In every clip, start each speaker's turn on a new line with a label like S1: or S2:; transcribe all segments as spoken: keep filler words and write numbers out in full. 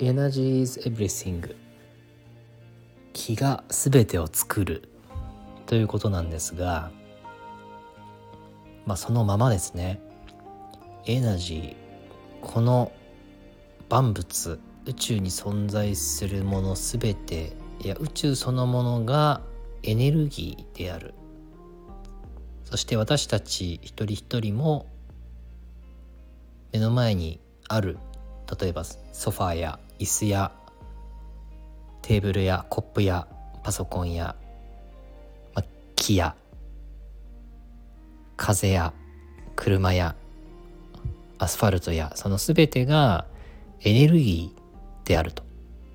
S1: Energy is everything。 気がすべてを作るということなんですが、まあそのままですね。エナジー、この万物、宇宙に存在するものすべて、いや宇宙そのものがエネルギーである。そして私たち一人一人も目の前にある、例えばソファーや椅子やテーブルやコップやパソコンや、まあ、木や風や車やアスファルトや、そのすべてがエネルギーであると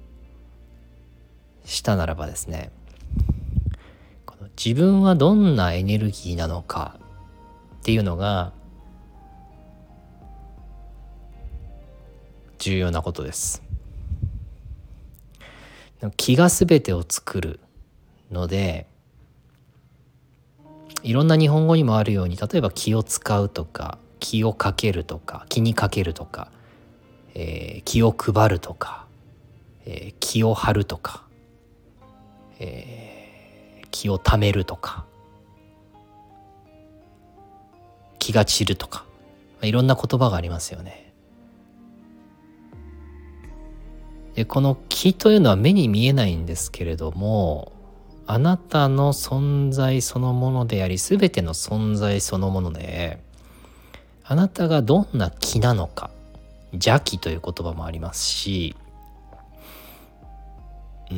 S1: したならばですね、この自分はどんなエネルギーなのかっていうのが重要なことです。気がすべてを作るので、いろんな日本語にもあるように、例えば気を使うとか、気をかけるとか、気にかけるとか、えー、気を配るとか、えー、気を張るとか、えー、気をためるとか、気が散るとか、いろんな言葉がありますよね。でこの気というのは目に見えないんですけれども、あなたの存在そのものであり、すべての存在そのもので、あなたがどんな気なのか、邪気という言葉もありますし、うん、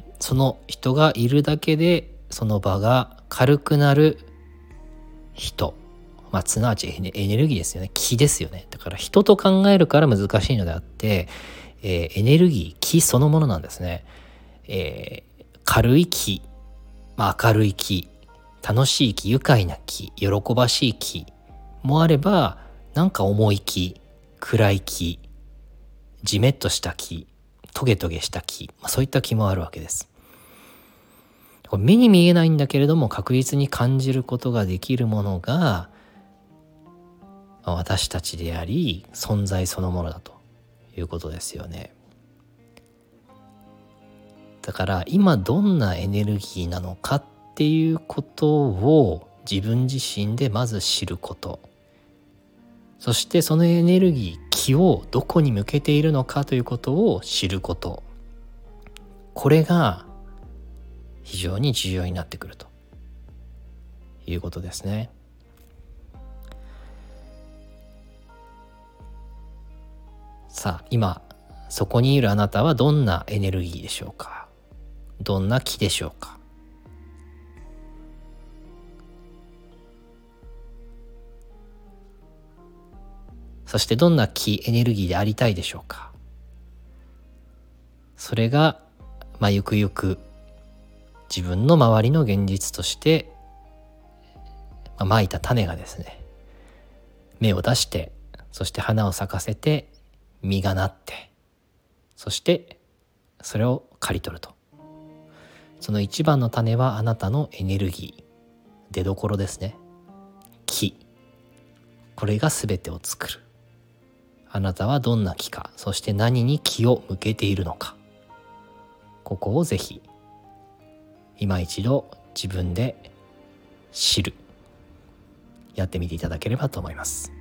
S1: その人がいるだけでその場が軽くなる人、まあ、すなわちエネルギーですよね。気ですよね。だから人と考えるから難しいのであって、えー、エネルギー、気そのものなんですね。えー、軽い気、まあ、明るい気、楽しい気、愉快な気、喜ばしい気もあれば、なんか重い気、暗い気、じめっとした気、トゲトゲした気、まあ、そういった気もあるわけです。これ目に見えないんだけれども確実に感じることができるものが、まあ、私たちであり存在そのものだということですよね。だから今どんなエネルギーなのかっていうことを自分自身でまず知ること、そしてそのエネルギー、気をどこに向けているのかということを知ること、これが非常に重要になってくるということですね。さあ今そこにいるあなたはどんなエネルギーでしょうか。どんな気でしょうか。そしてどんな気、エネルギーでありたいでしょうか。それが、まあ、ゆくゆく自分の周りの現実として、まあ、蒔いた種がですね、芽を出して、そして花を咲かせて実がなって、そしてそれを刈り取ると。その一番の種はあなたのエネルギー、出どころですね。気、これが全てを作る。あなたはどんな気か、そして何に気を向けているのか、ここをぜひ今一度自分で知る、やってみていただければと思います。